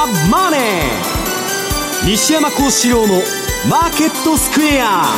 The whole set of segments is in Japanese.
マネー」、西山幸四郎のマーケットスクエア。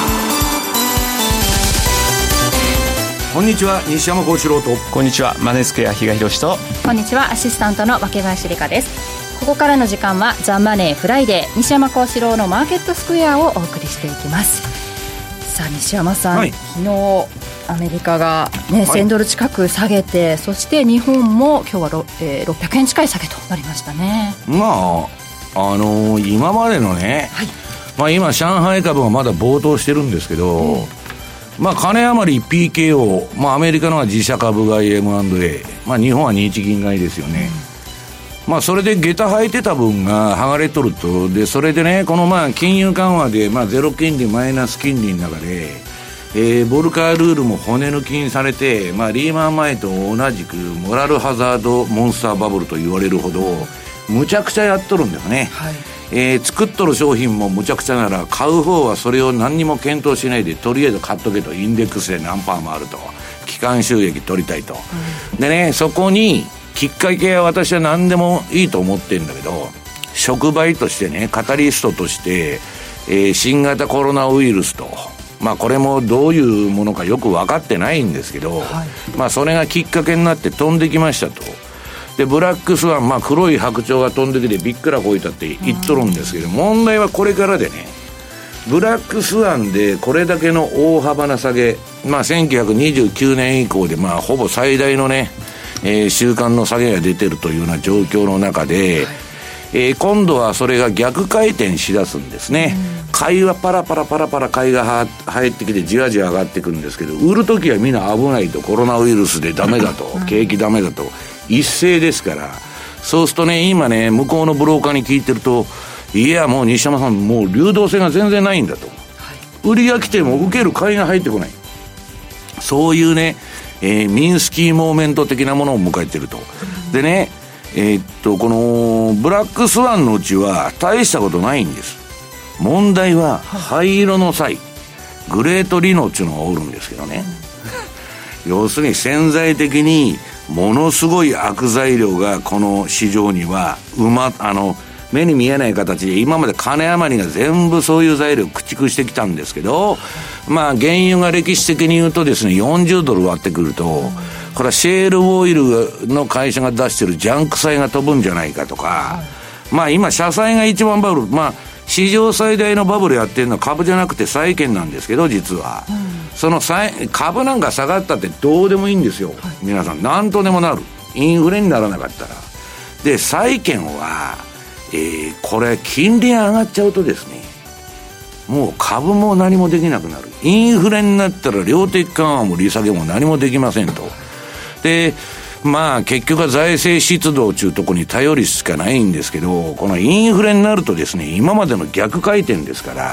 こんにちは、西山幸四郎と。 こんにちは、マネースクエア比嘉宏と。 こんにちは、アシスタントの若林理香です。ここからの時間はザ・マネーフライデー、西山幸四郎のマーケットスクエアをお送りしていきます。さあ西山さん、 はい、 昨日アメリカが、1000ドル近く下げて、そして日本も今日は600円近い下げとなりましたね。 まあ今までのね、今上海株がまだ暴騰してるんですけど、金余り PKO、アメリカのは自社株買い M&A、日本は日銀買いですよね。それで下駄履いてた分が剥がれとると。でそれでね、この金融緩和でゼロ金利マイナス金利の中で、ボルカールールも骨抜きにされて、リーマン前と同じくモラルハザードモンスターバブルと言われるほどむちゃくちゃやっとるんですね。作っとる商品もむちゃくちゃなら、買う方はそれを何にも検討しないでとりあえず買っとけと。インデックスで何パーもあると、期間収益取りたいと、でね、そこにきっかけは私は何でもいいと思ってるんだけど、触媒としてね、カタリストとして、新型コロナウイルスと、これもどういうものかよく分かってないんですけど、それがきっかけになって飛んできましたと。でブラックスワン、黒い白鳥が飛んできてびっくらこいたって言っとるんですけど、問題はこれからでね、ブラックスワンでこれだけの大幅な下げ、1929年以降でほぼ最大のね、週間の下げが出てるというような状況の中で、今度はそれが逆回転しだすんですね。買いはパラパラ買いが入ってきてじわじわ上がってくるんですけど、売るときはみんな危ないと、コロナウイルスでダメだと、景気ダメだと一斉ですから。そうするとね、今ね、向こうのブローカーに聞いてると、いやもう西山さん、もう流動性が全然ないんだと、売りが来ても受ける買いが入ってこない、そういうね、ミンスキーモーメント的なものを迎えてると。でね、このブラックスワンのうちは大したことないんです。問題は灰色の際、グレートリノっていうのがおるんですけどね要するに潜在的にものすごい悪材料がこの市場には目に見えない形で、今まで金余りが全部そういう材料を駆逐してきたんですけど、原油が歴史的に言うとですね、40ドル割ってくると、これはシェールオイルの会社が出してるジャンク債が飛ぶんじゃないかとか、今社債が一番バブル、史上最大のバブルやってるのは株じゃなくて債券なんですけど、実は、その株なんか下がったってどうでもいいんですよ、皆さん。何とでもなる、インフレにならなかったら。で債券は、これ金利が上がっちゃうとですね、もう株も何もできなくなる。インフレになったら量的緩和も利下げも何もできませんと。で結局は財政出動というところに頼りしかないんですけど、このインフレになるとですね、今までの逆回転ですから、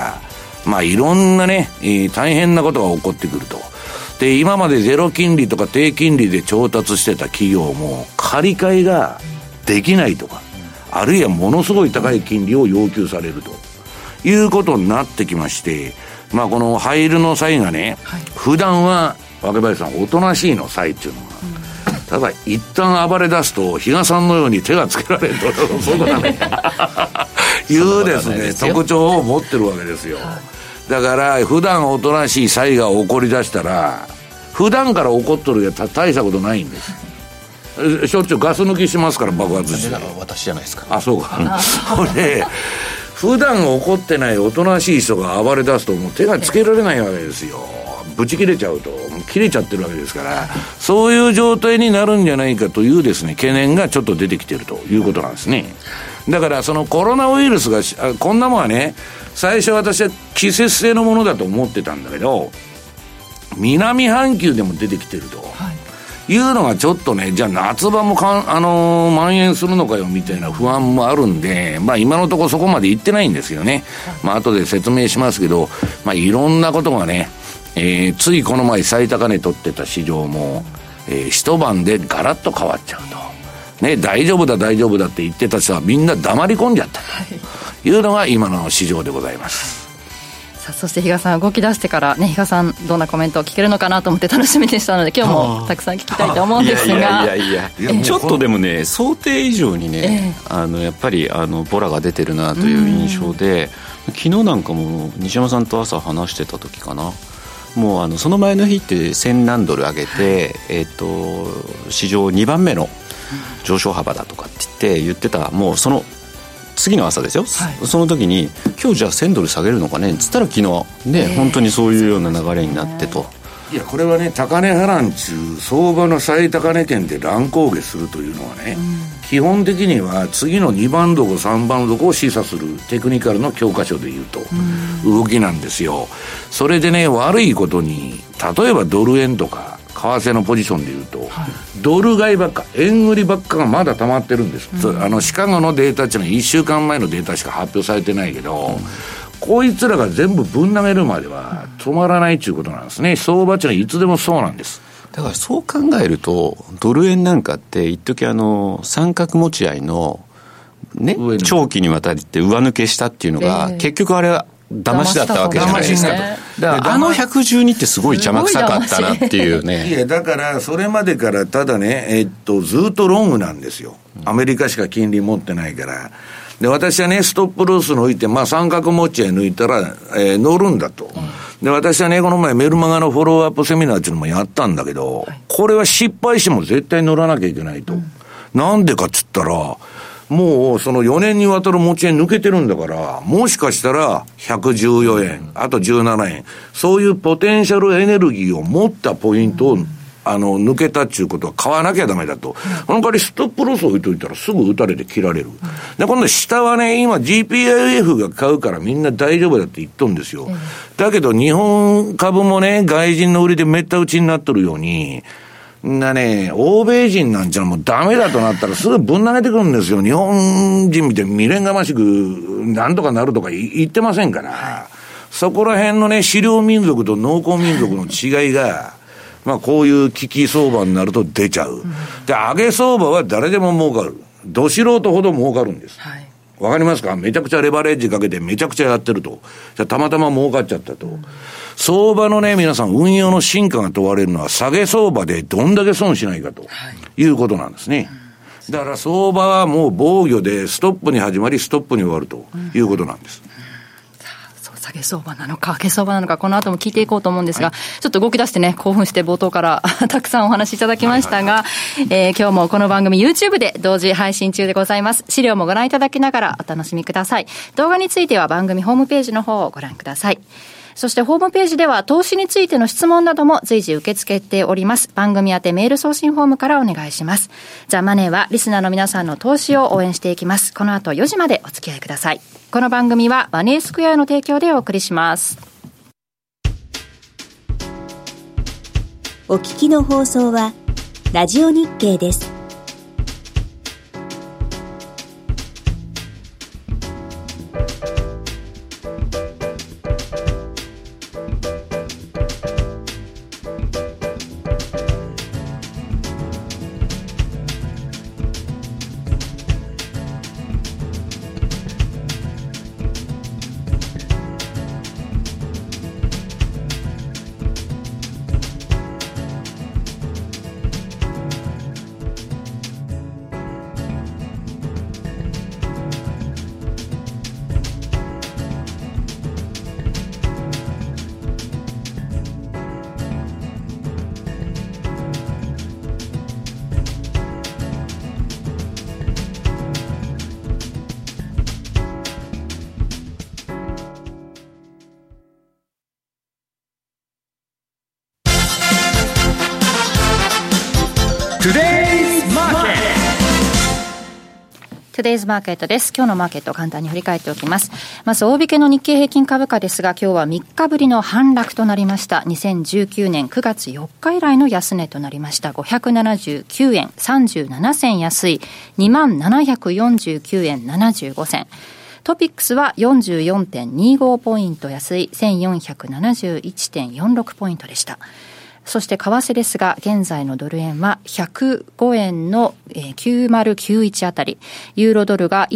いろんなね、大変なことが起こってくると。で今までゼロ金利とか低金利で調達してた企業も借り換えができないとか、あるいはものすごい高い金利を要求されるということになってきまして、このハイルの際がね、普段は若林さんおとなしいの際っていうのが、ただ一旦暴れ出すと比嘉さんのように手がつけられるとそういうことはねいうですね、特徴を持ってるわけですよ。だから普段おとなしい際が起こり出したら、普段から起こっとるや大したことないんです。しょっちゅうガス抜きしますから、爆発して。 私じゃないですか。 あ、そうかこれ普段起こってないおとなしい人が暴れ出すともう手がつけられないわけですよ。ブチ切れちゃうと切れちゃってるわけですから、そういう状態になるんじゃないかというですね、懸念がちょっと出てきてるということなんですね。だからそのコロナウイルスがこんなもんはね、最初私は季節性のものだと思ってたんだけど、南半球でも出てきてると、いうのがちょっとね、じゃあ夏場も蔓延するのかよみたいな不安もあるんで、今のところそこまで行ってないんですよね。後で説明しますけど、いろんなことがね、ついこの前最高値取ってた市場も、一晩でガラッと変わっちゃうと、ね、大丈夫だ大丈夫だって言ってた人はみんな黙り込んじゃったというのが今の市場でございます。 さあそして比嘉さん動き出してからね、比嘉さんどんなコメントを聞けるのかなと思って楽しみでしたので、今日もたくさん聞きたいと思うんですが、 いやちょっとでもね想定以上にね、やっぱりボラが出てるなという印象で、昨日なんかも西山さんと朝話してた時かな、もうその前の日って1000何ドル上げて、史上2番目の上昇幅だとかって言ってた、もうその次の朝ですよ、その時に今日じゃあ1000ドル下げるのかねっつったら昨日ね、本当にそういうような流れになってと。 いやこれはね、高値波乱中相場の最高値圏で乱高下するというのはね、基本的には次の2番底3番底を示唆するテクニカルの教科書でいうと動きなんですよ。それでね、悪いことに例えばドル円とか為替のポジションでいうと、ドル買いばっか円売りばっかがまだ溜まってるんです、シカゴのデータっていうのは1週間前のデータしか発表されてないけど、こいつらが全部ぶん投げるまでは止まらないっていうことなんですね。相場っていうのはいつでもそうなんです。 だからそう考えるとドル円なんかって一時三角持ち合いのね、長期にわたって上抜けしたっていうのが、結局あれは騙しだったわけじゃないですかと。だから112ってすごい邪魔くさかったなっていうね。 いやだからそれまでからただね、ずっとロングなんですよ。アメリカしか金利持ってないから。で私はね、ストップロス抜いて、三角持ち合い抜いたら、乗るんだと。で私はね、この前メルマガのフォローアップセミナーっていうのもやったんだけど、これは失敗しても絶対乗らなきゃいけないと。なんでかっつったら、もうその4年にわたる持ち合い抜けてるんだから、もしかしたら114円、あと17円、そういうポテンシャルエネルギーを持ったポイントを、抜けたっていうことは買わなきゃダメだと。この代わりストップロス置いといたらすぐ打たれて切られる。で、今度下はね、今 GPIF が買うからみんな大丈夫だって言っとるんですよ。だけど日本株もね、外人の売りでめった打ちになっとるように、欧米人なんちゃもうダメだとなったらすぐぶん投げてくるんですよ。日本人見て未練がましくなんとかなるとか言ってませんから、そこら辺のね、狩猟民族と農耕民族の違いが、こういう危機相場になると出ちゃう。で、上げ相場は誰でも儲かる。ど素人ほど儲かるんです。わかりますか？めちゃくちゃレバレッジかけてめちゃくちゃやってると。じゃたまたま儲かっちゃったと。相場のね、皆さん運用の進化が問われるのは下げ相場でどんだけ損しないかということなんですね。だから相場はもう防御でストップに始まりストップに終わるということなんです。 下げ相場なのか上げ相場なのか、この後も聞いていこうと思うんですが、ちょっと動き出してね、興奮して冒頭からたくさんお話しいただきましたが、今日もこの番組 YouTube で同時配信中でございます。資料もご覧いただきながらお楽しみください。動画については番組ホームページの方をご覧ください。そしてホームページでは投資についての質問なども随時受け付けております。番組宛てメール送信フォームからお願いします。ザ・マネーはリスナーの皆さんの投資を応援していきます。この後4時までお付き合いください。この番組はマネースクエアの提供でお送りします。 お聞きの放送はラジオ日経です。 Today's Market です。今日のマーケットを簡単に振り返っておきます。まず大引けの日経平均株価ですが、今日は3日ぶりの反落となりました。2019年9月4日以来の安値となりました。579円37銭安い 2749円75銭。トピックスは 44.25 ポイント安い 1471.46 ポイントでした。 そして為替ですが、現在のドル円は105円の9091あたり、ユーロドルが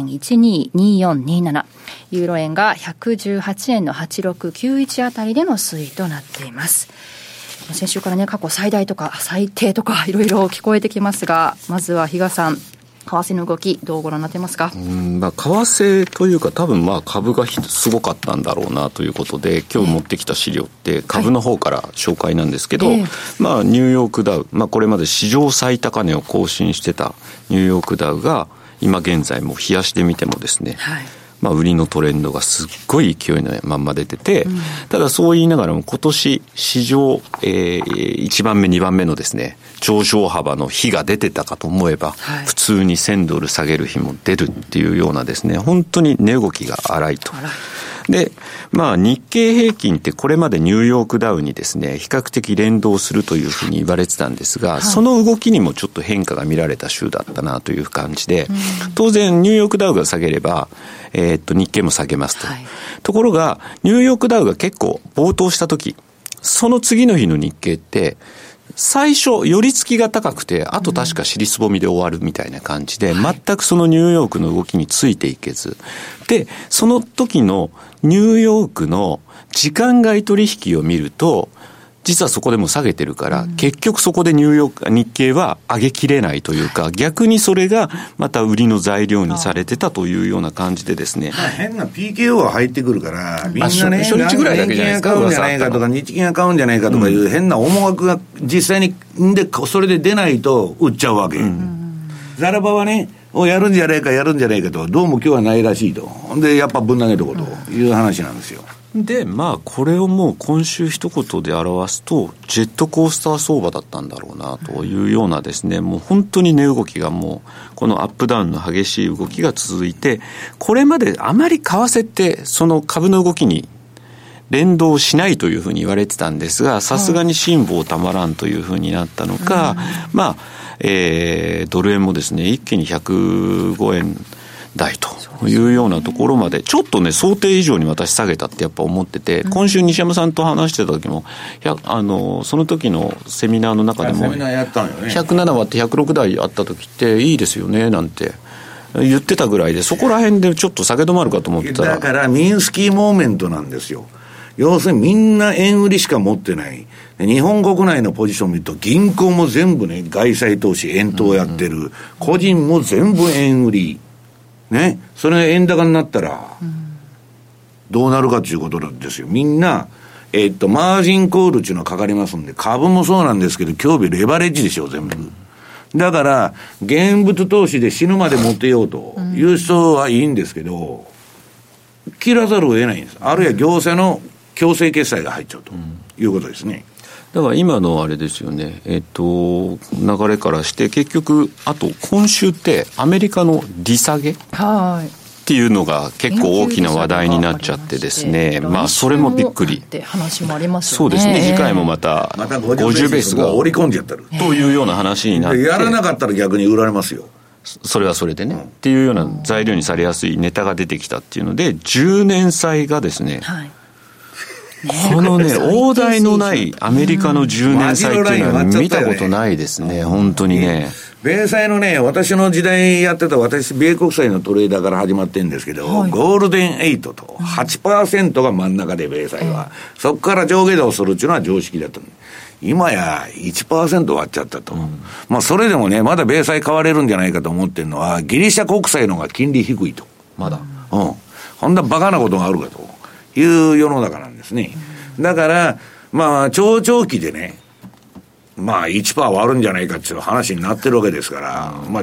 1.122427、ユーロ円が118円の8691あたりでの推移となっています。先週からね、過去最大とか最低とかいろいろ聞こえてきますが、まずは比嘉さん、為替の動きどうご覧になってますか？ 為替というか多分株がすごかったんだろうなということで、今日持ってきた資料って株の方から紹介なんですけど、ニューヨークダウ、これまで史上最高値を更新してたニューヨークダウが今現在も冷やしてみてもですね、売りのトレンドがすっごい勢いのまんま出てて、ただそう言いながらも今年史上、1番目2番目のですね上昇幅の日が出てたかと思えば、普通に1000ドル下げる日も出るっていうようなですね、本当に値動きが荒いと。で、日経平均ってこれまでニューヨークダウにですね、比較的連動するというふうに言われてたんですが、その動きにもちょっと変化が見られた週だったなという感じで、当然ニューヨークダウが下げれば、日経も下げますと。ところが、ニューヨークダウが結構暴騰した時、その次の日の日経って、最初、寄り付きが高くて、あと確か尻すぼみで終わるみたいな感じで、全くそのニューヨークの動きについていけず。で、その時のニューヨークの時間外取引を見ると、実はそこでも下げてるから、結局そこで日経は上げきれないというか、逆にそれがまた売りの材料にされてたというような感がですね。 変な PKO が入ってくるから、みんなね、 初日ぐらいだけじゃないですか。 年金が買うんじゃないかとか、日金が買うんじゃないかとかいう変な思惑が実際に、それで出ないと売っちゃうわけ。ザラバはね、やるんじゃないかと、どうも今日はないらしいと。で、やっぱぶん投げとこうという話なんですよ。 で、これをもう今週一言で表すと、ジェットコースター相場だったんだろうなというようなですね、もう本当に値動きがもう、このアップダウンの激しい動きが続いて、これまであまり為替ってその株の動きに連動しないというふうに言われてたんですが、さすがに辛抱たまらんというふうになったのか、ドル円もですね、一気に105円台というようなところまで、ちょっとね、想定以上に私下げたってやっぱ思ってて、今週西山さんと話してた時も、その時のセミナーの中でも、107割って106台あった時っていいですよね、なんて言ってたぐらいで、そこら辺でちょっと下げ止まるかと思ってたら。 だからミンスキーモーメントなんですよ。要するにみんな円売りしか持ってない。日本国内のポジションを見ると、銀行も全部ね、外債投資、円投やってる。個人も全部円売り。ね。それが円高になったら、どうなるかということなんですよ。みんな、マージンコールっていうのはかかりますんで、株もそうなんですけど、今日レバレッジでしょ、全部。だから、現物投資で死ぬまで持ってようという人はいいんですけど、切らざるを得ないんです。あるいは行政の強制決済が入っちゃうということですね。 だから今のあれですよね、流れからして結局あと今週ってアメリカの利下げっていうのが結構大きな話題になっちゃってですね、それもびっくりって話もありますよね。 そうですね、次回もまた50ベースが織り込んじゃってるというような話になって、 やらなかったら逆に売られますよ。 それはそれでね、っていうような材料にされやすいネタが出てきたっていうので、10年債がですね、このね、大台のないアメリカの10年債っていうのは見たことないですね、本当にね。 米債のね、私の時代やってた、米国債のトレーダーから始まってるんですけど、ゴールデン8と 8% が真ん中で米債は、そこから上下動するっていうのは常識だったの。今や 1% 割っちゃったと。それでもね、まだ米債買われるんじゃないかと思ってるのは、ギリシャ国債の方が金利低いと。 まだ。 こんなバカなことがあるかという世の中なんですね。だから、長長期でね、1% 割るんじゃないかっていう話になってるわけですから、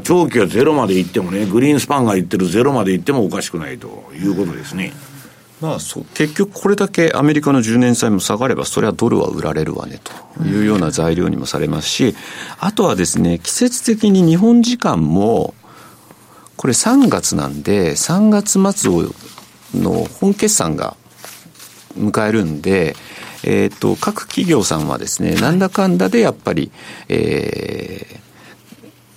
長期はゼロまで行ってもね、グリーンスパンが言ってるゼロまで行ってもおかしくないということですね。 結局これだけアメリカの10年債も下がれば、それはドルは売られるわねというような材料にもされますし、あとはですね、季節的に日本時間もこれ3月なんで、3月末の本決算が迎えるんで、各企業さんはですね、なんだかんだでやっぱり、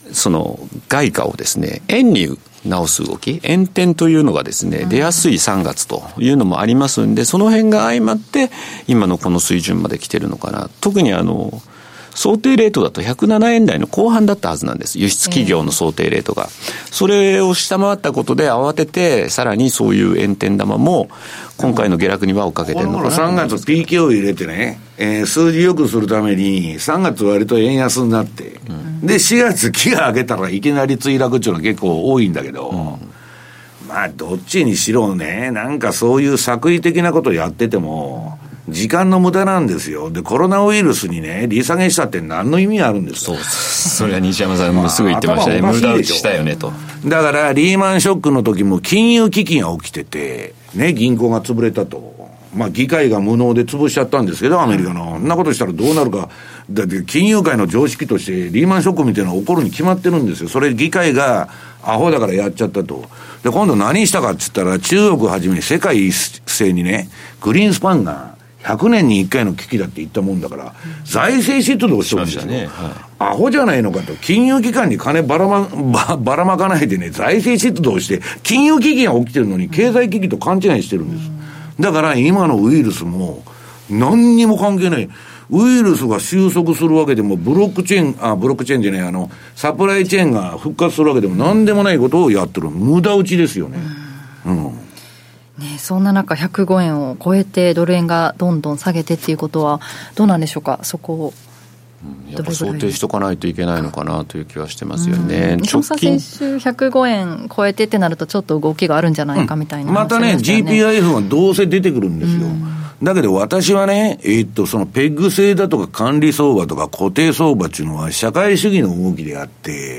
その外貨をですね、円に直す動き、円転というのがですね、出やすい3月というのもありますんで、その辺が相まって、今のこの水準まで来てるのかな。特に想定レートだと107円台の後半だったはずなんです。輸出企業の想定レートが。それを下回ったことで慌てて、さらにそういう円転玉も、今回の下落に輪をかけてるのかな。 3月 PK を入れてね、数字良くするために、3月割と円安になって、で、4月期が上げたらいきなり墜落っていうのは結構多いんだけど、まあ、どっちにしろね、なんかそういう作為的なことをやってても、時間の無駄なんですよ。で、コロナウイルスにね、利下げしたって何の意味あるんですか。 そう。それは西山さんもすぐ言ってましたね。無駄打ちしたよねと。 だから、リーマンショックの時も金融危機が起きてて、ね、銀行が潰れたと。まあ、議会が無能で潰しちゃったんですけど、アメリカの。そんなことしたらどうなるか。だって、金融界の常識として、リーマンショックみたいなのが起こるに決まってるんですよ。それ、議会がアホだからやっちゃったと。で、今度何したかって言ったら、中国はじめ世界一斉にね、グリーンスパンが、100年に1回の危機だって言ったもんだから、財政出動してるんですよ、ね。アホじゃないのかと。金融機関に金ばらまかないでね、財政出動して、金融危機が起きてるのに経済危機と勘違いしてるんです。だから今のウイルスも何にも関係ない。ウイルスが収束するわけでも、ブロックチェーンじゃない、サプライチェーンが復活するわけでも何でもないことをやってる。無駄打ちですよね。 ね、そんな中105円を超えてドル円がどんどん下げてっていうことはどうなんでしょうか。そこをやっぱ想定しとかないといけないのかなという気はしてますよね。 直近先週105円超えてってなるとちょっと動きがあるんじゃないかみたいな、 またね GPIF はどうせ出てくるんですよ。だけど私はね、そのペッグ制だとか管理相場とか固定相場っていうのは社会主義の動きであって、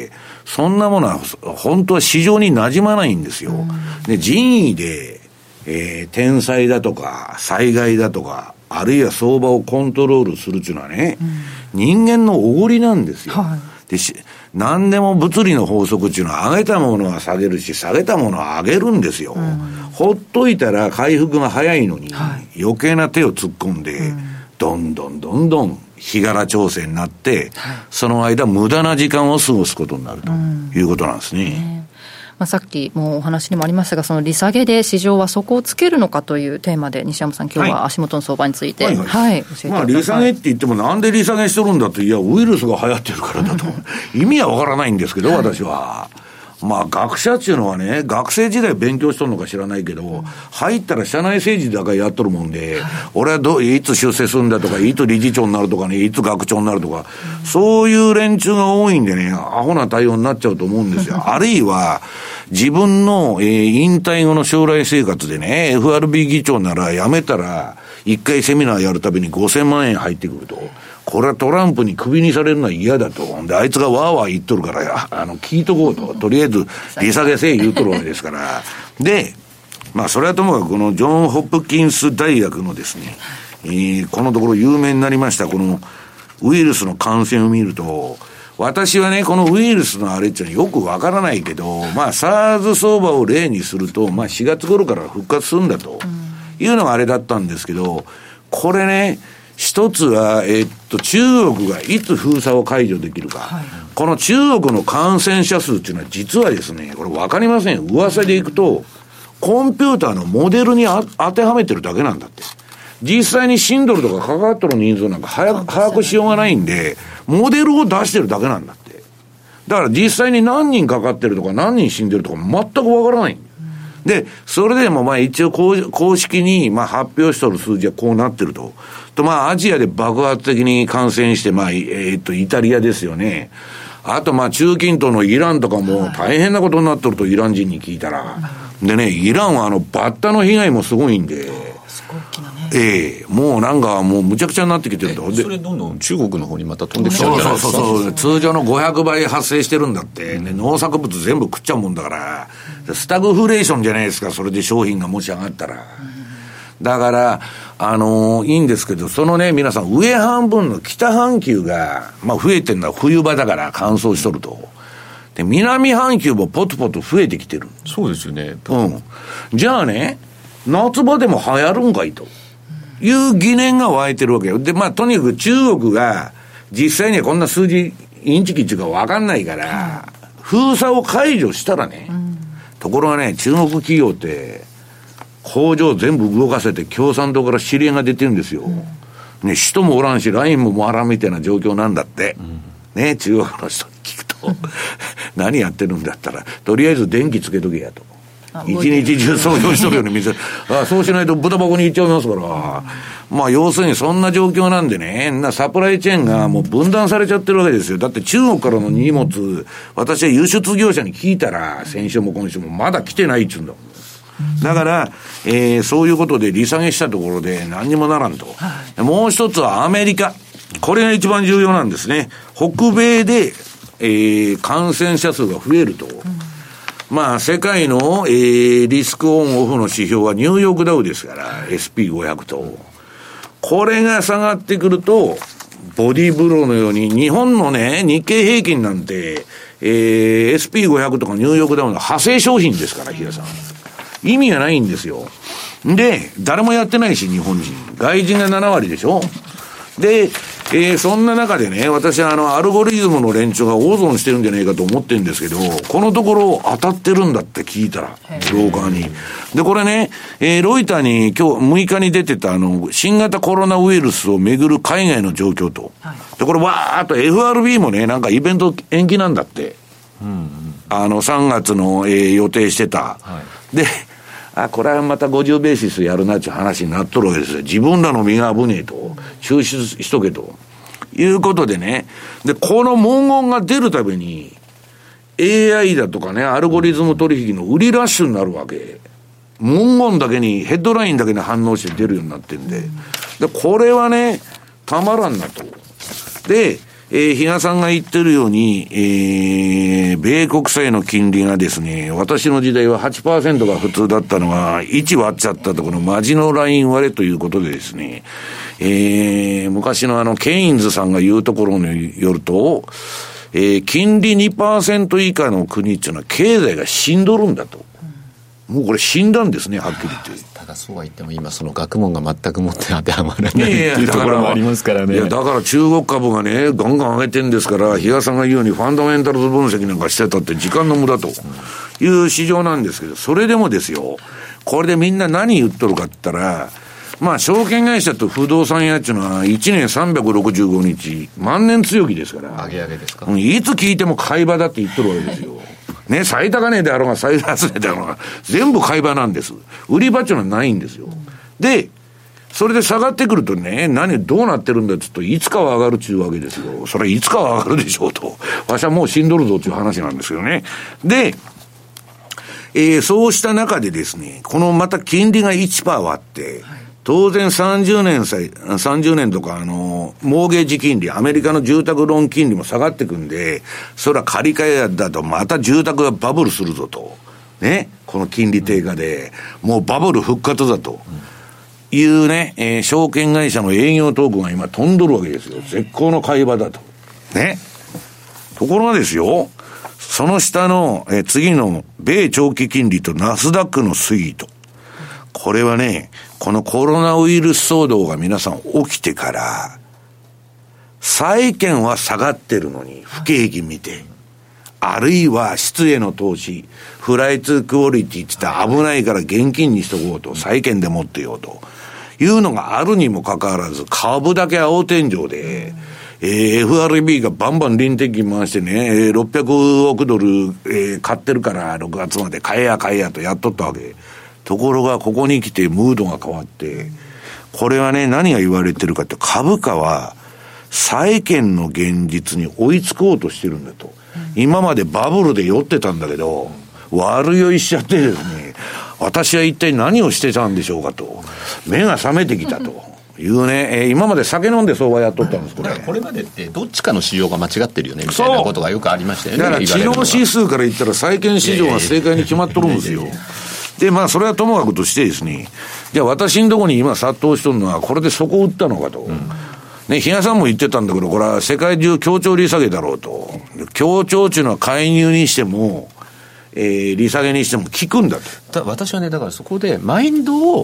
そんなものは本当は市場に馴染まないんですよ。で、人為で天災だとか災害だとかあるいは相場をコントロールするっていうのはね、人間のおごりなんですよ。で何でも物理の法則っていうのは上げたものは下げるし下げたものは上げるんですよ。ほっといたら回復が早いのに、余計な手を突っ込んで、どんどん日柄調整になって、その間無駄な時間を過ごすことになるということなんですね。 さっきもお話にもありましたが、その利下げで市場は底をつけるのかというテーマで西山さん、今日は足元の相場について、教えてください。 まあ、利下げって言ってもなんで利下げしとるんだって、いやウイルスが流行ってるからだと意味はわからないんですけど、私はまあ学者っていうのはね、学生時代勉強しとるのか知らないけど、入ったら社内政治だからやっとるもんで、俺はいつ出世するんだとか、いつ理事長になるとかね、いつ学長になるとか、そういう連中が多いんでね、アホな対応になっちゃうと思うんですよ。あるいは自分の、引退後の将来生活でね、FRB 議長なら辞めたら一回セミナーやるたびに5000万円入ってくると。これはトランプにクビにされるのは嫌だと。で、あいつがワーワー言っとるから、聞いとこうと。とりあえず、利下げせえ言うとるわけですから。で、まあ、それはともかく、このジョン・ホプキンス大学のですね、このところ有名になりました、このウイルスの感染を見ると、私はね、このウイルスのあれっていうのはよくわからないけど、まあ、SARS 相場を例にすると、まあ、4月頃から復活するんだというのがあれだったんですけど、これね、一つは、中国がいつ封鎖を解除できるか。この中国の感染者数っていうのは実はですね、これ分かりません。噂でいくと、コンピューターのモデルに当てはめてるだけなんだって。実際に死んどるとか関わっとる人数なんか把握しようがないんで、モデルを出してるだけなんだって。だから実際に何人かかってるとか何人死んでるとか全く分からない。で、それでもまあ一応公式にまあ発表しとる数字はこうなってると。まあアジアで爆発的に感染して、まあ、イタリアですよね。あとまあ中近東のイランとかも大変なことになっとると、イラン人に聞いたら。でね、イランはバッタの被害もすごいんで。 すごい大きなね。 もうなんかもうむちゃくちゃになってきてると。 それどんどん中国の方にまた飛んできちゃうんじゃないですか。 そう。通常の500倍発生してるんだって。ね、農作物全部食っちゃうもんだから。スタグフレーションじゃないですか、それで商品がもし上がったら。だから、いいんですけど、そのね、皆さん、上半分の北半球が、まあ増えてるのは冬場だから乾燥しとると。で、南半球もポツポツ増えてきてる。 そうですよね。 じゃあね、夏場でも流行るんかいという疑念が湧いてるわけよ。で、まあとにかく中国が実際にはこんな数字インチキっていうか分かんないから、封鎖を解除したらね、ところがね、中国企業って工場全部動かせて共産党から指令が出てるんですよ、ね、人もおらんしラインも回らんみたいな状況なんだって、ね、中国の人に聞くと何やってるんだったらとりあえず電気つけとけやと、一日中操業しとるように見せるそうしないと豚箱に行っちゃいますから、まあ要するにそんな状況なんでね、サプライチェーンがもう分断されちゃってるわけですよ。だって中国からの荷物、私は輸出業者に聞いたら先週も今週もまだ来てないっつうんだもん。だから、そういうことで利下げしたところで何にもならんと、もう一つはアメリカ、これが一番重要なんですね。北米で、感染者数が増えると、まあ世界の、リスクオンオフの指標はニューヨークダウですから SP500 と、これが下がってくるとボディーブローのように日本のね日経平均なんて、SP500 とかニューヨークダウンの派生商品ですから、日嘉さん意味がないんですよ。で誰もやってないし、日本人外人が7割でしょ。で、そんな中でね、私はアルゴリズムの連中が大損してるんじゃないかと思ってるんですけど、このところ当たってるんだって聞いたら、ブローカーに。で、これね、ロイターに今日6日に出てた新型コロナウイルスをめぐる海外の状況と。で、これわーっと FRB もね、なんかイベント延期なんだって。3月の、予定してた。で、これはまた50ベーシスやるなっていう話になっとるわけですよ。自分らの身が危ねえと、中止しとけということでね。で、この文言が出るたびに AI だとかね、アルゴリズム取引の売りラッシュになるわけ。文言だけに、ヘッドラインだけに反応して出るようになってんで、でこれはねたまらんなと。で比嘉さんが言ってるように、米国債の金利がですね、私の時代は 8% が普通だったのが1割っちゃったところのマジのライン割れということでですね、昔のケインズさんが言うところによると、金利 2% 以下の国っていうのは経済が死んどるんだと。もうこれ死んだんですね、はっきり言って。 ただそうは言っても今その学問が全くもって当てはまらないっていうところもありますからね。 いやだから中国株がねガンガン上げてんですから、比嘉さんが言うようにファンダメンタルズ分析なんかしてたって時間の無駄という市場なんですけど、それでもですよ、これでみんな何言っとるかって言ったら、まあ証券会社と不動産屋っていうのは1年365日万年強気ですから、 上げですか、 いつ聞いても買い場だって言っとるわけですよ。ね、最高値であろうが最安値であろうが全部買い場なんです。売り場っていうのはないんですよ。でそれで下がってくるとね、どうなってるんだって言うと、いつかは上がるっていうわけですよ。それはいつかは上がるでしょうと、わしはもう死んどるぞっていう話なんですよね。でそうした中でですね、このまた金利が 1% 割って、当然30年とかモーゲージ金利、アメリカの住宅ローン金利も下がってくんで、それは借り換えだとまた住宅がバブルするぞと。ね。この金利低下で、もうバブル復活だと。いうね、証券会社の営業トークが今飛んどるわけですよ。絶好の買い場だと。ね。ところがですよ、その下の、次の米長期金利とナスダックの推移と。これはね、このコロナウイルス騒動が皆さん起きてから、債券は下がってるのに不景気見て、あるいは質への投資、フライツクオリティって言ったら危ないから現金にしとこうと、債券で持ってようというのがあるにもかかわらず、株だけ青天井で、FRB がバンバン臨転機回してね、600億ドル、買ってるから6月まで買えやとやっとったわけ。ところがここに来てムードが変わって、これはね、何が言われてるかって、株価は債券の現実に追いつこうとしてるんだと。今までバブルで酔ってたんだけど、悪酔いしちゃってですね、私は一体何をしてたんでしょうかと、目が覚めてきたというね、今まで酒飲んで相場やっとったんです。 だからこれまでってどっちかの市場が間違ってるよねみたいなことがよくありましたよね。 だから知能指数から言ったら債券市場が正解に決まっとるんですよ。で、まあ、それはともかくとしてですね、じゃあ私のところに今殺到しとるのは、これでそこを打ったのかと。ね、比嘉さんも言ってたんだけど、これは世界中協調利下げだろうと。協調っていうのは介入にしても、利下げにしても効くんだと。 私はね、だからそこでマインドを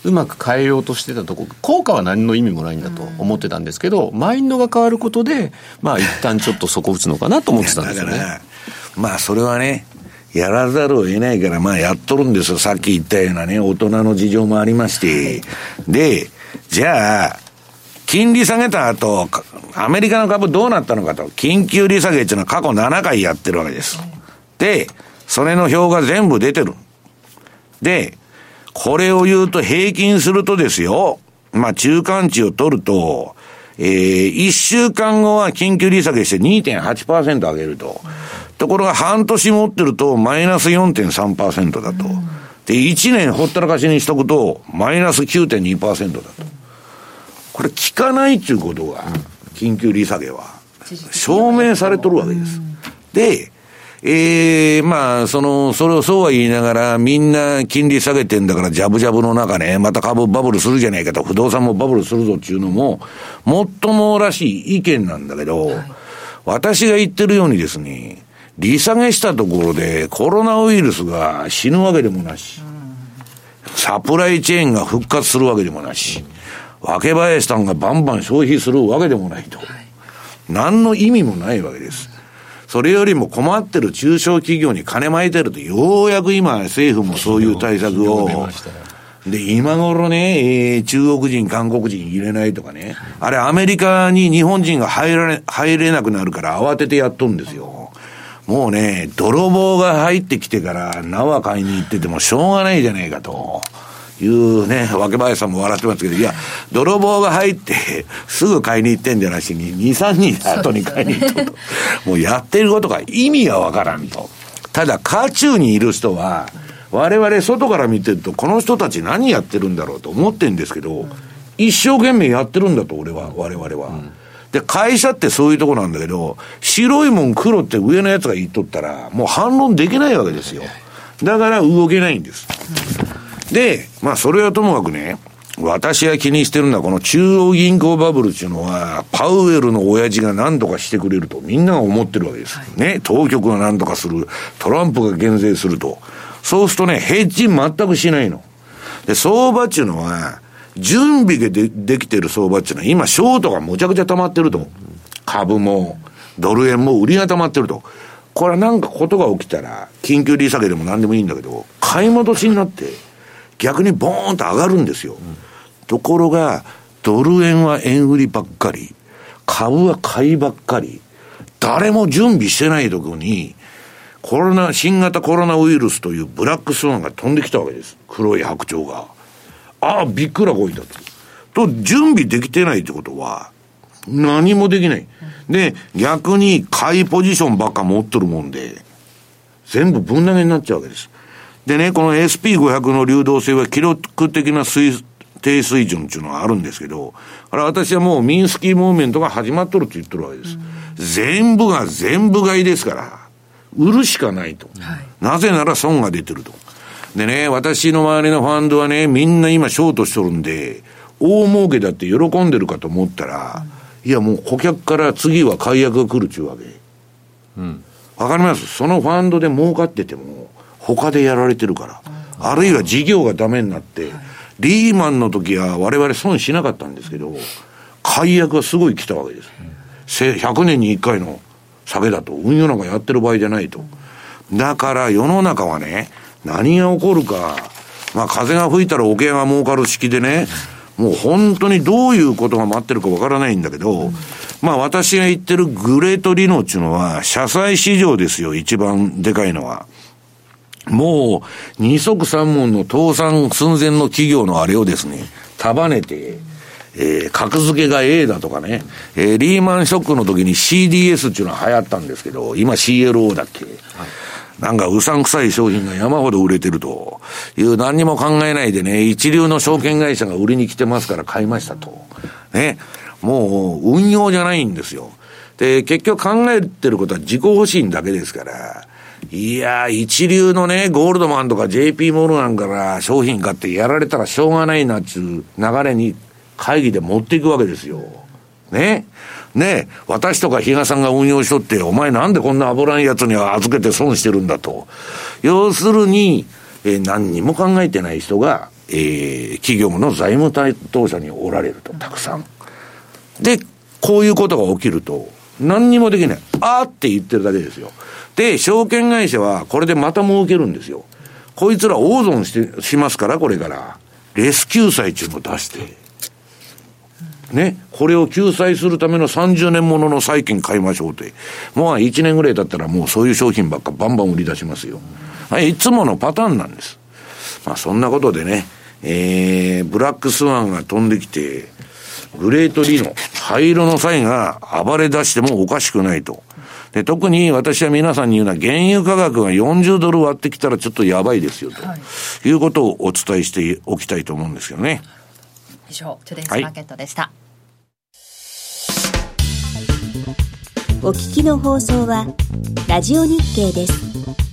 うまく変えようとしてたとこ、効果は何の意味もないんだと思ってたんですけど、マインドが変わることでまあ一旦ちょっと底打つのかなと思ってたんですよね。 だからまあそれはね、やらざるを得ないからまあやっとるんですよ。さっき言ったようなね、大人の事情もありまして、でじゃあ金利下げた後アメリカの株どうなったのかと、緊急利下げっていうのは過去7回やってるわけです。でそれの表が全部出てる。でこれを言うと平均するとですよ、まあ中間値を取ると、1週間後は緊急利下げして 2.8% 上げると。ところが半年持ってるとマイナス 4.3% だと。で、1年ほったらかしにしとくとマイナス 9.2% だと。これ効かないっていうことが、緊急利下げは証明されとるわけです。で、まあ、それをそうは言いながら、みんな金利下げてんだから、ジャブジャブの中ね、また株バブルするじゃないかと、不動産もバブルするぞっていうのも、もっともらしい意見なんだけど、私が言ってるようにですね、利下げしたところでコロナウイルスが死ぬわけでもなし、サプライチェーンが復活するわけでもなし、若林さんがバンバン消費するわけでもないと。何の意味もないわけです。それよりも困ってる中小企業に金撒いてると、ようやく今政府もそういう対策を。で、今頃ね、中国人、韓国人入れないとかね。あれアメリカに日本人が入れなくなるから慌ててやっとるんですよ。もうね、泥棒が入ってきてから縄買いに行っててもしょうがないじゃないかと。いうね、若林さんも笑ってますけど、いや、泥棒が入ってすぐ買いに行ってんじゃなしに、2、3日後に買いに行ったと。もうやってることが意味がわからんと。ただ、渦中にいる人は、我々外から見てると、この人たち何やってるんだろうと思ってるんですけど、一生懸命やってるんだと、我々は。で、会社ってそういうとこなんだけど、白いもん黒って上のやつが言っとったら、もう反論できないわけですよ。だから動けないんです。で、まあそれはともかくね、私が気にしてるのはこの中央銀行バブルっていうのは、パウエルの親父が何とかしてくれるとみんなが思ってるわけです。ね、当局が何とかする、トランプが減税すると。そうするとね、ヘッジ全くしないの。で、相場っていうのは、準備が できてる相場っていうのは、今ショートがむちゃくちゃ溜まってると。株も、ドル円も売りが溜まってると。これはなんかことが起きたら、緊急利下げでも何でもいいんだけど、買い戻しになって、逆にボーンと上がるんですよ。ところが、ドル円は円売りばっかり、株は買いばっかり、誰も準備してないところに、新型コロナウイルスというブラックスワンが飛んできたわけです。黒い白鳥が。ああ、びっくらこいたと。準備できてないってことは、何もできない。で、逆に買いポジションばっか持っとるもんで、全部ぶん投げになっちゃうわけです。でね、この SP500 の流動性は記録的な低水準っていうのがあるんですけど、私はもうミンスキーモーメントが始まっとるって言ってるわけです。全部が全部買いですから、売るしかないと。なぜなら損が出てると。でね、私の周りのファンドはね、みんな今ショートしとるんで、大儲けだって喜んでるかと思ったら、いやもう顧客から次は解約が来るっちゅうわけ。わかります？そのファンドで儲かってても、他でやられてるから。あるいは事業がダメになって、リーマンの時は我々損しなかったんですけど、解約がすごい来たわけです。100年に1回の下げだと、運用なんかやってる場合じゃないと。だから世の中はね、何が起こるか、まあ風が吹いたら桶が儲かる式でね、もう本当にどういうことが待ってるかわからないんだけど、まあ私が言ってるグレートリノっていうのは、社債市場ですよ、一番でかいのは。もう、二足三門の倒産寸前の企業のあれをですね、束ねて、格付けが A だとかね、リーマンショックの時に CDS っていうのは流行ったんですけど、今 CLO だっけ、なんかうさんくさい商品が山ほど売れてるという何にも考えないでね、一流の証券会社が売りに来てますから買いましたと。ね。もう運用じゃないんですよ。で、結局考えてることは自己保身だけですから、いや、一流のね、ゴールドマンとか JP モルガンから商品買ってやられたらしょうがないなっていう流れに会議で持っていくわけですよ。ね。ね、私とか比嘉さんが運用しとって、お前なんでこんな危ないやつには預けて損してるんだと。要するに、何にも考えてない人が企業の財務担当者におられると、たくさん。で、こういうことが起きると、何にもできない。あーって言ってるだけですよ。で、証券会社はこれでまた儲けるんですよ。こいつら大損しますから、これから。レス救済っていうのを出して。ね。これを救済するための30年ものの債券買いましょうって。もう1年ぐらい経ったらもうそういう商品ばっかバンバン売り出しますよ。いつものパターンなんです。まあそんなことでね、ブラックスワンが飛んできて、グレートリノ、灰色の際が暴れ出してもおかしくないと。で、特に私は皆さんに言うのは、原油価格が40ドル割ってきたらちょっとやばいですよと、いうことをお伝えしておきたいと思うんですけどね。 以上、トゥデイズマーケットでした。 お聞きの放送はラジオ日経です。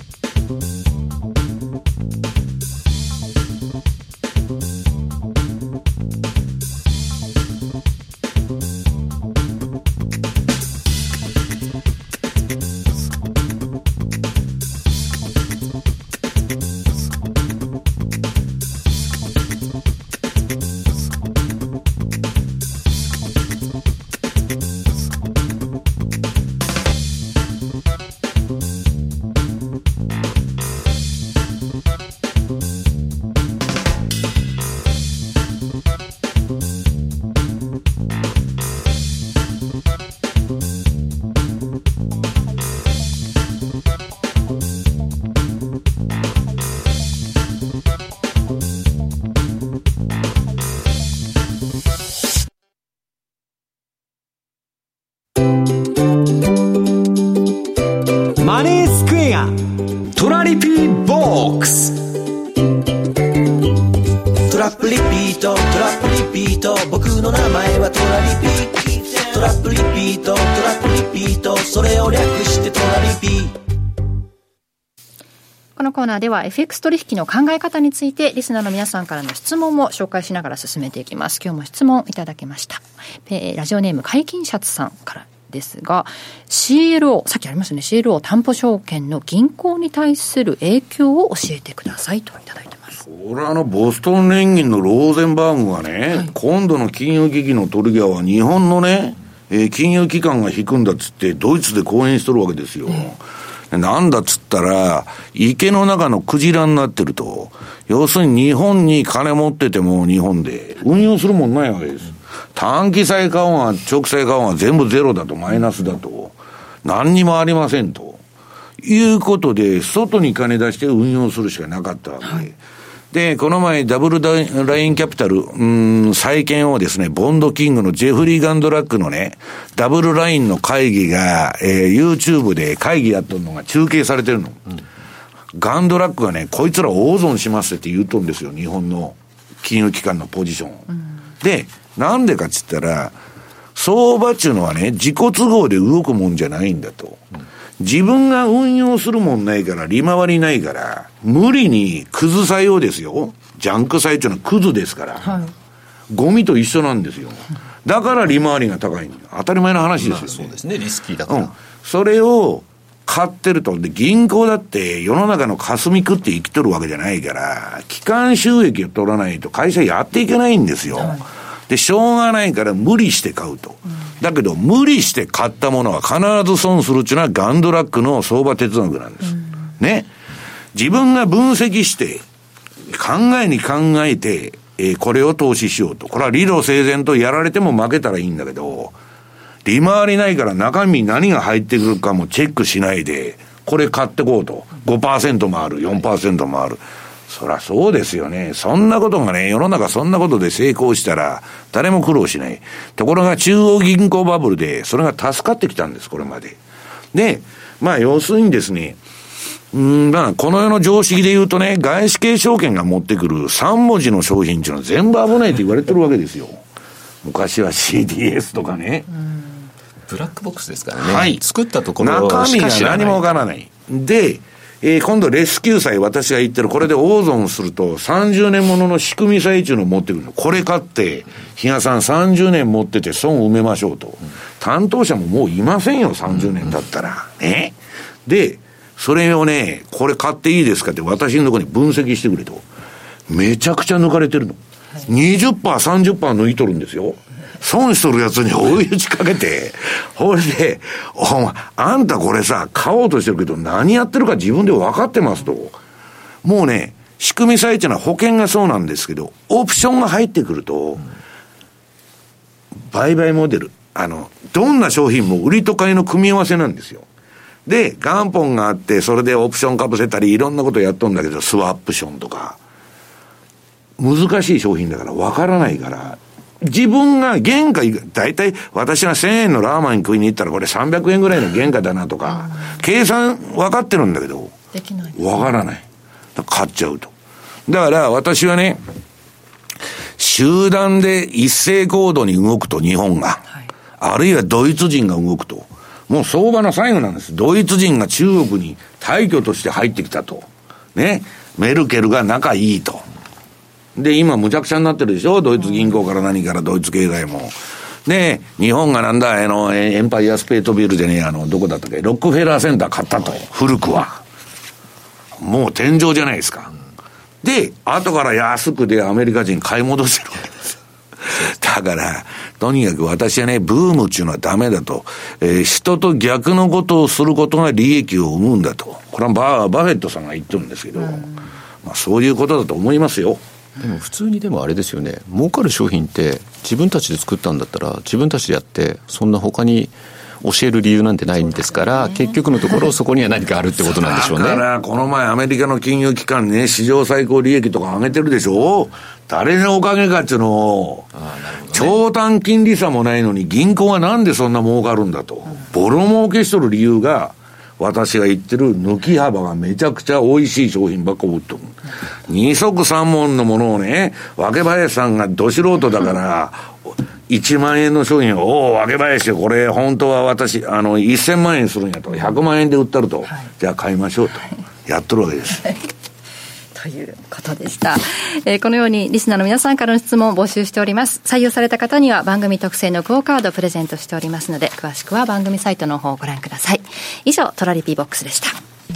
マネースクエアトラリピーボックス。 トラップリピートトラップリピート、僕の名前はトラリピ。トラップリピートトラップリピート、それを略してトラリピ。 このコーナーでは FX 取引の考え方についてリスナーの皆さんからの質問も紹介しながら進めていきます。今日も質問いただきました。ラジオネーム解禁シャツさんからですが、 CLO、 さっきありましたね、 CLO 担保証券の銀行に対する影響を教えてくださいといただいてます。 これボストン連銀のローゼンバーグがね、今度の金融危機のトリガーは日本のね、金融機関が引くんだっつってドイツで講演しとるわけですよ。なんだっつったら、池の中のクジラになってると。要するに日本に金持ってても日本で運用するもんないわけです。短期債買おうが直債買おうが全部ゼロだとマイナスだと。何にもありませんと。いうことで、外に金出して運用するしかなかったわけ。で、この前ダブルラインキャピタル、債券をですね、ボンドキングのジェフリー・ガンドラックのね、ダブルラインの会議が、YouTube で会議やっとるのが中継されてるの。ガンドラックがね、こいつら大損しますって言うとるんですよ、日本の金融機関のポジション。で、なんでかって言ったら、相場っていうのはね、自己都合で動くもんじゃないんだと。自分が運用するもんないから、利回りないから、無理にクズ債をですよ。ジャンク債っていうのはクズですから。ゴミと一緒なんですよ。だから利回りが高いんだ。当たり前の話ですよね。 そうですね、リスキーだから。 それを買ってると。で、銀行だって世の中の霞食って生きとるわけじゃないから、基幹収益を取らないと会社やっていけないんですよ。で、しょうがないから無理して買うと。だけど、無理して買ったものは必ず損するっていうのはガンドラックの相場哲学なんです。ね。自分が分析して、考えて、これを投資しようと。これは理路整然とやられても負けたらいいんだけど、利回りないから中身何が入ってくるかもチェックしないで、これ買ってこうと。5% もある、4% もある。そりゃそうですよね。そんなことがね、世の中そんなことで成功したら、誰も苦労しない。ところが中央銀行バブルで、それが助かってきたんです、これまで。で、まあ要するにですね、まあこの世の常識で言うとね、外資系証券が持ってくる3文字の商品っていうのは全部危ないと言われてるわけですよ。昔は CDS とかね。 ブラックボックスですからね。作ったところ中身が何もわからない。で、今度レスキュー債、私が言ってる、これで大損すると、30年ものの仕組み債っていうのを持ってくるの。これ買って、比嘉さん30年持ってて損を埋めましょうと。担当者ももういませんよ、30年だったら。ね。で、それをね、これ買っていいですかって私のところに分析してくれと。 めちゃくちゃ抜かれてるの。20%、30% 抜いとるんですよ。損しとるやつに追い打ちかけて、ほいで、あんたこれさ、買おうとしてるけど何やってるか自分で分かってますと。もうね、仕組み債っていうのは保険がそうなんですけど、オプションが入ってくると、売買モデル、どんな商品も売りと買いの組み合わせなんですよ。で、元本があって、それでオプションかぶせたり、いろんなことやっとんだけど、スワップションとか、難しい商品だから分からないから、自分が原価、だいたい私が1000円のラーメン食いに行ったらこれ300円ぐらいの原価だなとか、計算分かってるんだけど、 できない。 分からない。だから買っちゃうと。だから私はね、集団で一斉行動に動くと日本が、あるいはドイツ人が動くと、もう相場の最後なんです。ドイツ人が中国に大挙として入ってきたと。ね。メルケルが仲いいと。で、今むちゃくちゃになってるでしょ、ドイツ銀行から何からドイツ経済も。で、日本がなんだ、エンパイアステートビルでね、どこだったっけ、ロックフェラーセンター買ったと。古くは。もう天井じゃないですか。で、後から安くでアメリカ人買い戻してるわけです。だから、とにかく私はね、ブームっていうのはダメだと。人と逆のことをすることが利益を生むんだと。これはバフェットさんが言ってるんですけど、まあそういうことだと思いますよ。 でも普通にでもあれですよね、儲かる商品って自分たちで作ったんだったら自分たちでやって、そんな他に教える理由なんてないんですから、結局のところそこには何かあるってことなんでしょうね。 だからこの前アメリカの金融機関ね、史上最高利益とか上げてるでしょ。誰のおかげかっていうのを、長短金利差もないのに銀行はなんでそんな儲かるんだと、ボロ儲けしとる理由が、私が言ってる抜き幅がめちゃくちゃ美味しい商品ばっか売ってる。二足三門のものをね、若林さんがど素人だから、1万円の商品を、若林これ本当は私、1000万円するんやと、100万円で売ったると、じゃあ買いましょうと、やっとるわけです。 ということでした。このようにリスナーの皆さんからの質問を募集しております。採用された方には番組特製のクオカードプレゼントしておりますので、詳しくは番組サイトの方をご覧ください。以上、トラリピーボックスでした。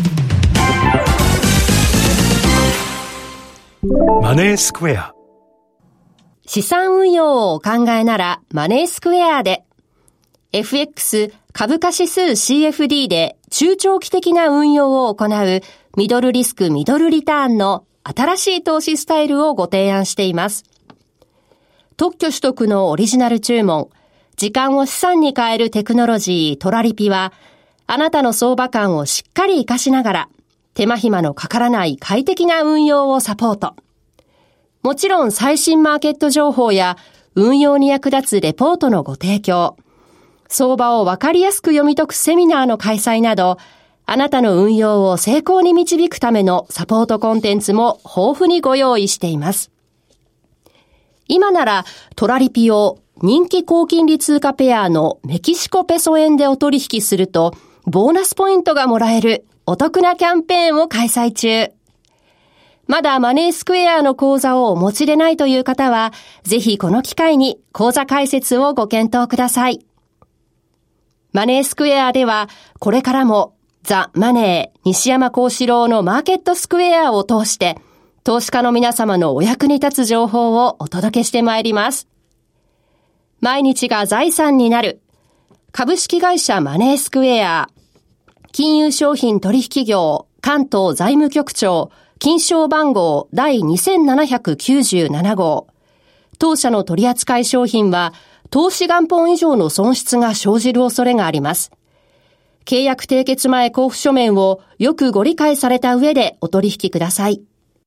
マネースクエア。 資産運用をお考えならマネースクエアで、 FX 株価指数 CFD で中長期的な運用を行うミドルリスクミドルリターンの新しい投資スタイルをご提案しています。特許取得のオリジナル注文、時間を資産に変えるテクノロジートラリピは、あなたの相場感をしっかり活かしながら、手間暇のかからない快適な運用をサポート。もちろん最新マーケット情報や運用に役立つレポートのご提供、相場をわかりやすく読み解くセミナーの開催など、あなたの運用を成功に導くためのサポートコンテンツも豊富にご用意しています。今ならトラリピを人気高金利通貨ペアのメキシコペソ円でお取引するとボーナスポイントがもらえるお得なキャンペーンを開催中。まだマネースクエアの口座をお持ちでないという方は、ぜひこの機会に口座開設をご検討ください。マネースクエアではこれからもザ・マネー西山幸四郎のマーケットスクエアを通して投資家の皆様のお役に立つ情報をお届けしてまいります。毎日が財産になる株式会社マネースクエア、金融商品取引業関東財務局長金賞番号第2797号。当社の取扱い商品は投資元本以上の損失が生じる恐れがあります。契約締結前交付書面をよくご理解された上でお取引ください。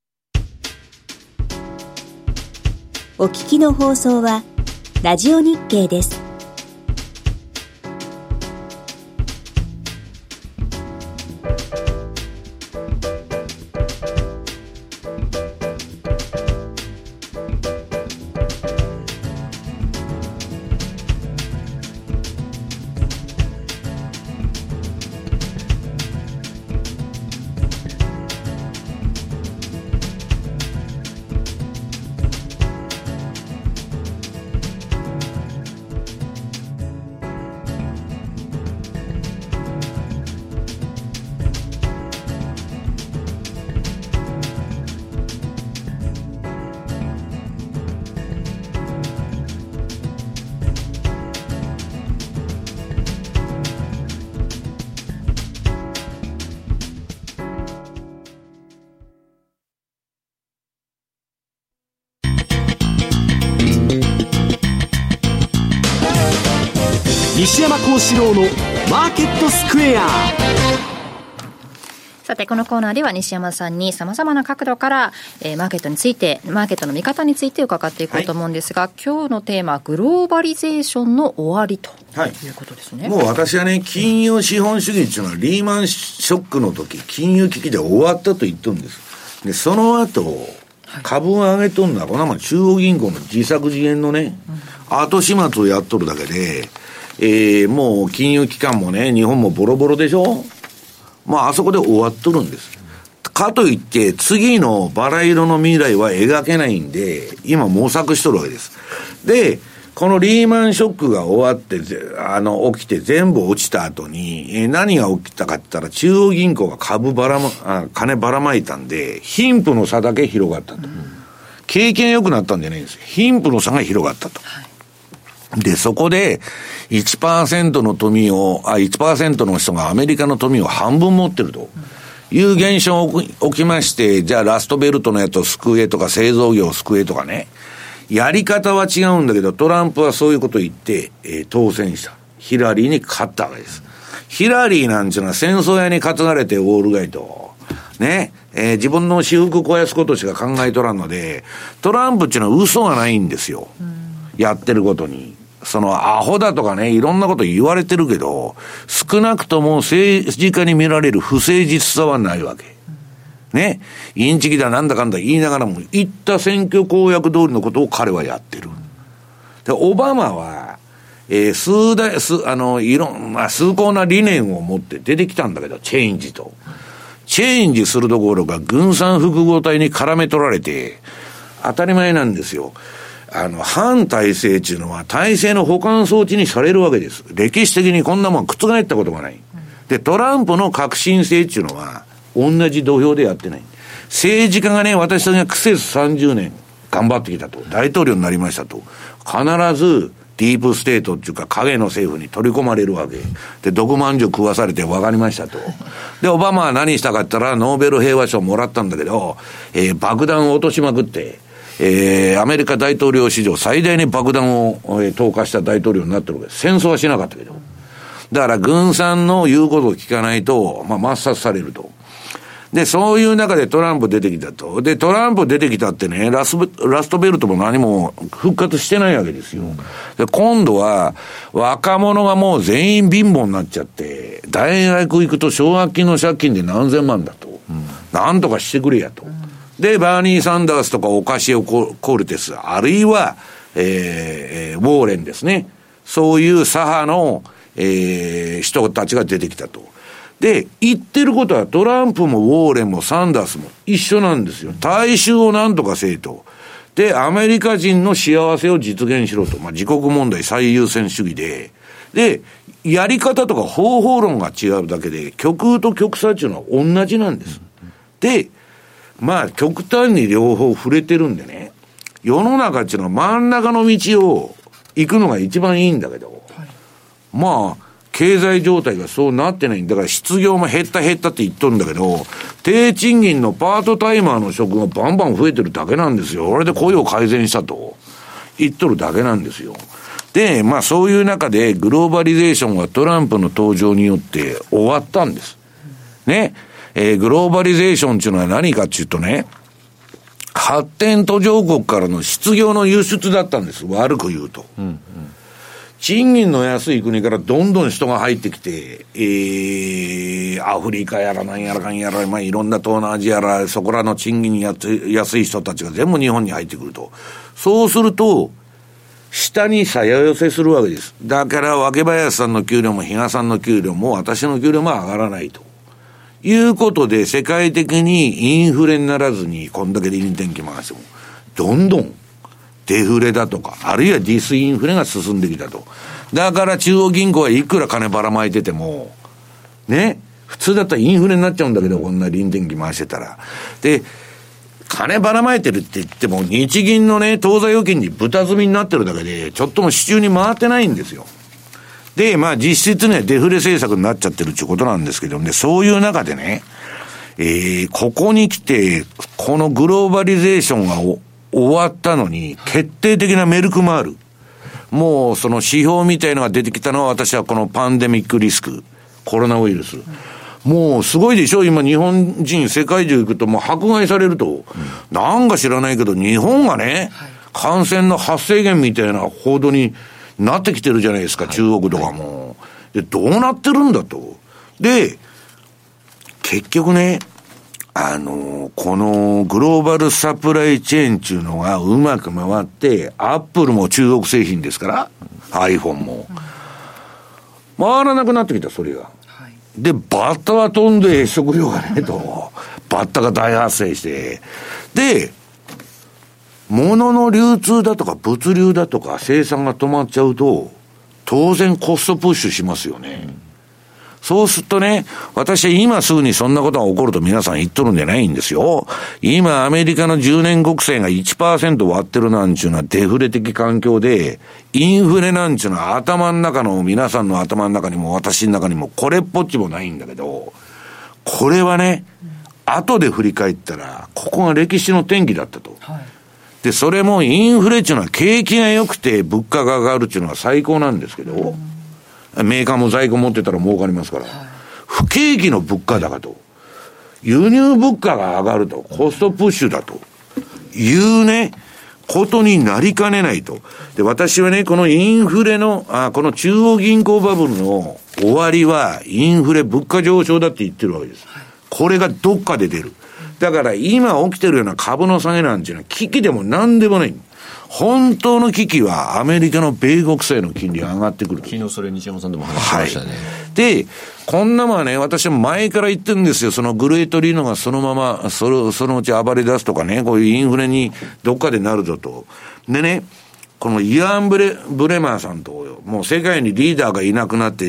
お聞きの放送はラジオ日経です。 西山幸四郎のマーケットスクエア。 さてこのコーナーでは西山さんに様々な角度から、マーケットについて、マーケットの見方について伺っていこうと思うんですが、今日のテーマはグローバリゼーションの終わりということですね。 もう私はね、金融資本主義っていうのはリーマンショックの時、金融危機で終わったと言ってるんです。で、その後、株を上げとんのは、こんなもん中央銀行の自作自演のね、後始末をやっとるだけで、もう金融機関もね、日本もボロボロでしょ。まあ、あそこで終わっとるんです。かといって、次のバラ色の未来は描けないんで、今模索しとるわけです。で、このリーマンショックが終わって、起きて全部落ちた後に、何が起きたかって言ったら、中央銀行が金ばらまいたんで、貧富の差だけ広がったと。経験良くなったんじゃないんですよ。貧富の差が広がったと。で、そこで 1% の富を、1% の人がアメリカの富を半分持ってるという現象が起きまして、じゃあラストベルトのやつを救えとか製造業を救えとかね、やり方は違うんだけど、トランプはそういうことを言って、当選した。ヒラリーに勝ったわけです。ヒラリーなんていうのは戦争屋に担がれてウォール街と、ね、自分の私服肥やすことしか考えとらんので、トランプっていうのは嘘がないんですよ。やってることに。そのアホだとかね、いろんなこと言われてるけど、少なくとも政治家に見られる不誠実さはないわけ。ね。インチキだなんだかんだ言いながらも、言った選挙公約通りのことを彼はやってる。で、オバマは、崇高な理念を持って出てきたんだけど、チェンジと。チェンジするところが軍産複合体に絡め取られて、当たり前なんですよ。反体制っていうのは体制の補完装置にされるわけです。歴史的にこんなもん覆ったことがない。で、トランプの革新性っていうのは同じ土俵でやってない。政治家がね、私たちが苦節30年頑張ってきたと。大統領になりましたと。必ずディープステートっていうか影の政府に取り込まれるわけ。で、毒まんじゅう食わされて分かりましたと。で、オバマは何したかって言ったらノーベル平和賞もらったんだけど、爆弾を落としまくって、アメリカ大統領史上最大に爆弾を、投下した大統領になってるわけです。戦争はしなかったけど。だから軍産の言うことを聞かないと、抹殺されると。で、そういう中でトランプ出てきたと。で、トランプ出てきたってね、ラストベルトも何も復活してないわけですよ。で、今度は若者がもう全員貧乏になっちゃって、大学行くと奨学金の借金で何千万だと。なんとかしてくれやと。で、バーニー・サンダースとかオカシオ・コルテス、あるいは、ウォーレンですね。そういう左派の、人たちが出てきたと。で、言ってることはトランプもウォーレンもサンダースも一緒なんですよ。大衆をなんとかせえと。で、アメリカ人の幸せを実現しろと。自国問題最優先主義で。で、やり方とか方法論が違うだけで、極右と極左っていうのは同じなんです。で、極端に両方触れてるんでね、世の中っていうのは真ん中の道を行くのが一番いいんだけど、経済状態がそうなってないんだから失業も減ったって言っとるんだけど、低賃金のパートタイマーの職がバンバン増えてるだけなんですよ。あれで雇用改善したと言っとるだけなんですよ。で、そういう中でグローバリゼーションはトランプの登場によって終わったんです。ね。グローバリゼーションっていうのは何かっていうとね、発展途上国からの失業の輸出だったんです。悪く言うと。賃金の安い国からどんどん人が入ってきて、アフリカやらなんやらかんやら、いろんな東南アジアやら、そこらの賃金安い人たちが全部日本に入ってくると。そうすると、下にさや寄せするわけです。だから若林さんの給料も比嘉さんの給料も私の給料も上がらないと。いうことで世界的にインフレにならずにこんだけで臨転機回してもどんどんデフレだとかあるいはディスインフレが進んできたと。だから中央銀行はいくら金ばらまいててもね、普通だったらインフレになっちゃうんだけど、こんな臨転機回してたら。で、金ばらまいてるって言っても日銀のね、当座預金に豚積みになってるだけでちょっとも支柱に回ってないんですよ。で、実質ね、デフレ政策になっちゃってるっていうことなんですけどね、そういう中でね、ここに来て、このグローバリゼーションが終わったのに、決定的なメルクもある。 もうその指標みたいのが出てきたのは、私はこのパンデミックリスク、コロナウイルス。もうすごいでしょ、今日本人世界中行くともう迫害されると。なんか知らないけど、日本がね、感染の発生源みたいな報道になってきてるじゃないですか、中国とかも。で、どうなってるんだと。で、結局ね、このグローバルサプライチェーンっていうのがうまく回って、アップルも中国製品ですから、iPhone も。回らなくなってきた、それが。で、バッタは飛んで食料がねと、バッタが大発生して、で、物の流通だとか物流だとか生産が止まっちゃうと、当然コストプッシュしますよね。そうするとね、私は今すぐにそんなことが起こると皆さん言っとるんじゃないんですよ。今アメリカの10年国債が 1% 割ってるなんちゅうのはデフレ的環境で、インフレなんちゅうのは頭の中の、皆さんの頭の中にも私の中にもこれっぽっちもないんだけど、これはね、後で振り返ったら、ここが歴史の転機だったと。で、それもインフレっていうのは景気が良くて物価が上がるっていうのは最高なんですけど、メーカーも在庫持ってたら儲かりますから、不景気の物価高と、輸入物価が上がると、コストプッシュだというね、ことになりかねないと。で、私はね、このインフレの、この中央銀行バブルの終わりは、インフレ、物価上昇だって言ってるわけです。これがどっかで出る。だから今起きてるような株の下げなんていうのは危機でも何でもない。本当の危機はアメリカの米国債の金利が上がってくると。 昨日それ西山さんでも話しましたね。 で、こんなもんはね、私も前から言ってるんですよ。そのグレートリーノがそのまま、そのうち暴れ出すとかね、こういうインフレにどっかでなるぞと。でね、このイアン・ブレマーさんと、もう世界にリーダーがいなくなって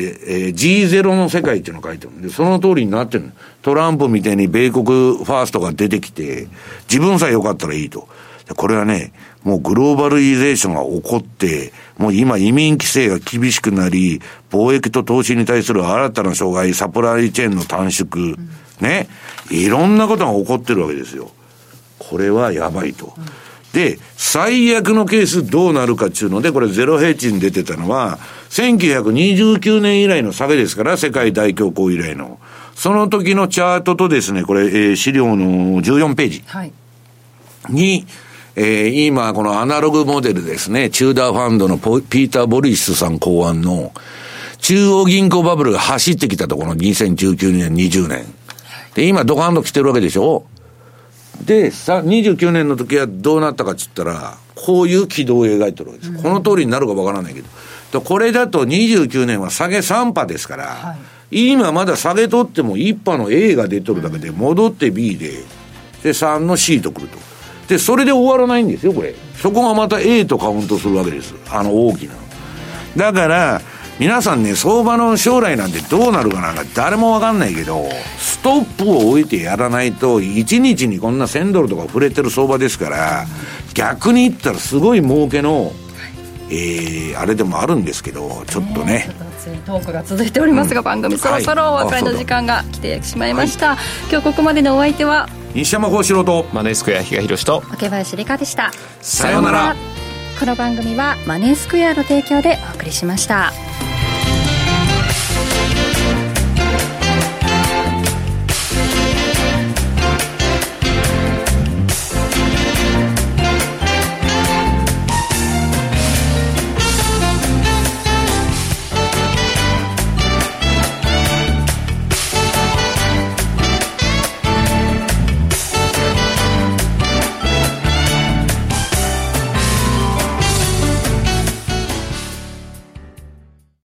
、G0 の世界っていうのを書いてるんで、その通りになってる。トランプみたいに米国ファーストが出てきて、自分さえ良かったらいいと。これはね、もうグローバルイゼーションが起こって、もう今移民規制が厳しくなり、貿易と投資に対する新たな障害、サプライチェーンの短縮、ね、いろんなことが起こってるわけですよ。これはやばいと。で、最悪のケースどうなるかっていうので、これゼロヘッジに出てたのは、1929年以来の下げですから、世界大恐慌以来の。その時のチャートとですね、これ、資料の14ページに、今このアナログモデルですね、チューダーファンドのピーター・ボリスさん考案の中央銀行バブルが走ってきたところの2019年、20年。で、今ドカンと来てるわけでしょ。で、29年の時はどうなったかって言ったら、こういう軌道を描いてるわけです。この通りになるかわからないけど。これだと29年は下げ3波ですから、今まだ下げ取っても1波の A が出とるだけで、戻って B で、で、3の C と来ると。で、それで終わらないんですよ、これ。そこがまた A とカウントするわけです。大きな。だから、皆さんね、相場の将来なんてどうなるかなんか誰もわかんないけど、ストップを置いてやらないと、1日にこんな1000ドルとか触れてる相場ですから、逆に言ったらすごい儲けの、あれでもあるんですけど、ちょっとね。 熱いトークが続いておりますが、番組そろそろお別れの時間が来てしまいました。今日ここまでのお相手は、 西山幸四郎とマネースクエア比嘉宏と竹林理香でした。 さようなら。 この番組はマネースクエアの提供でお送りしました。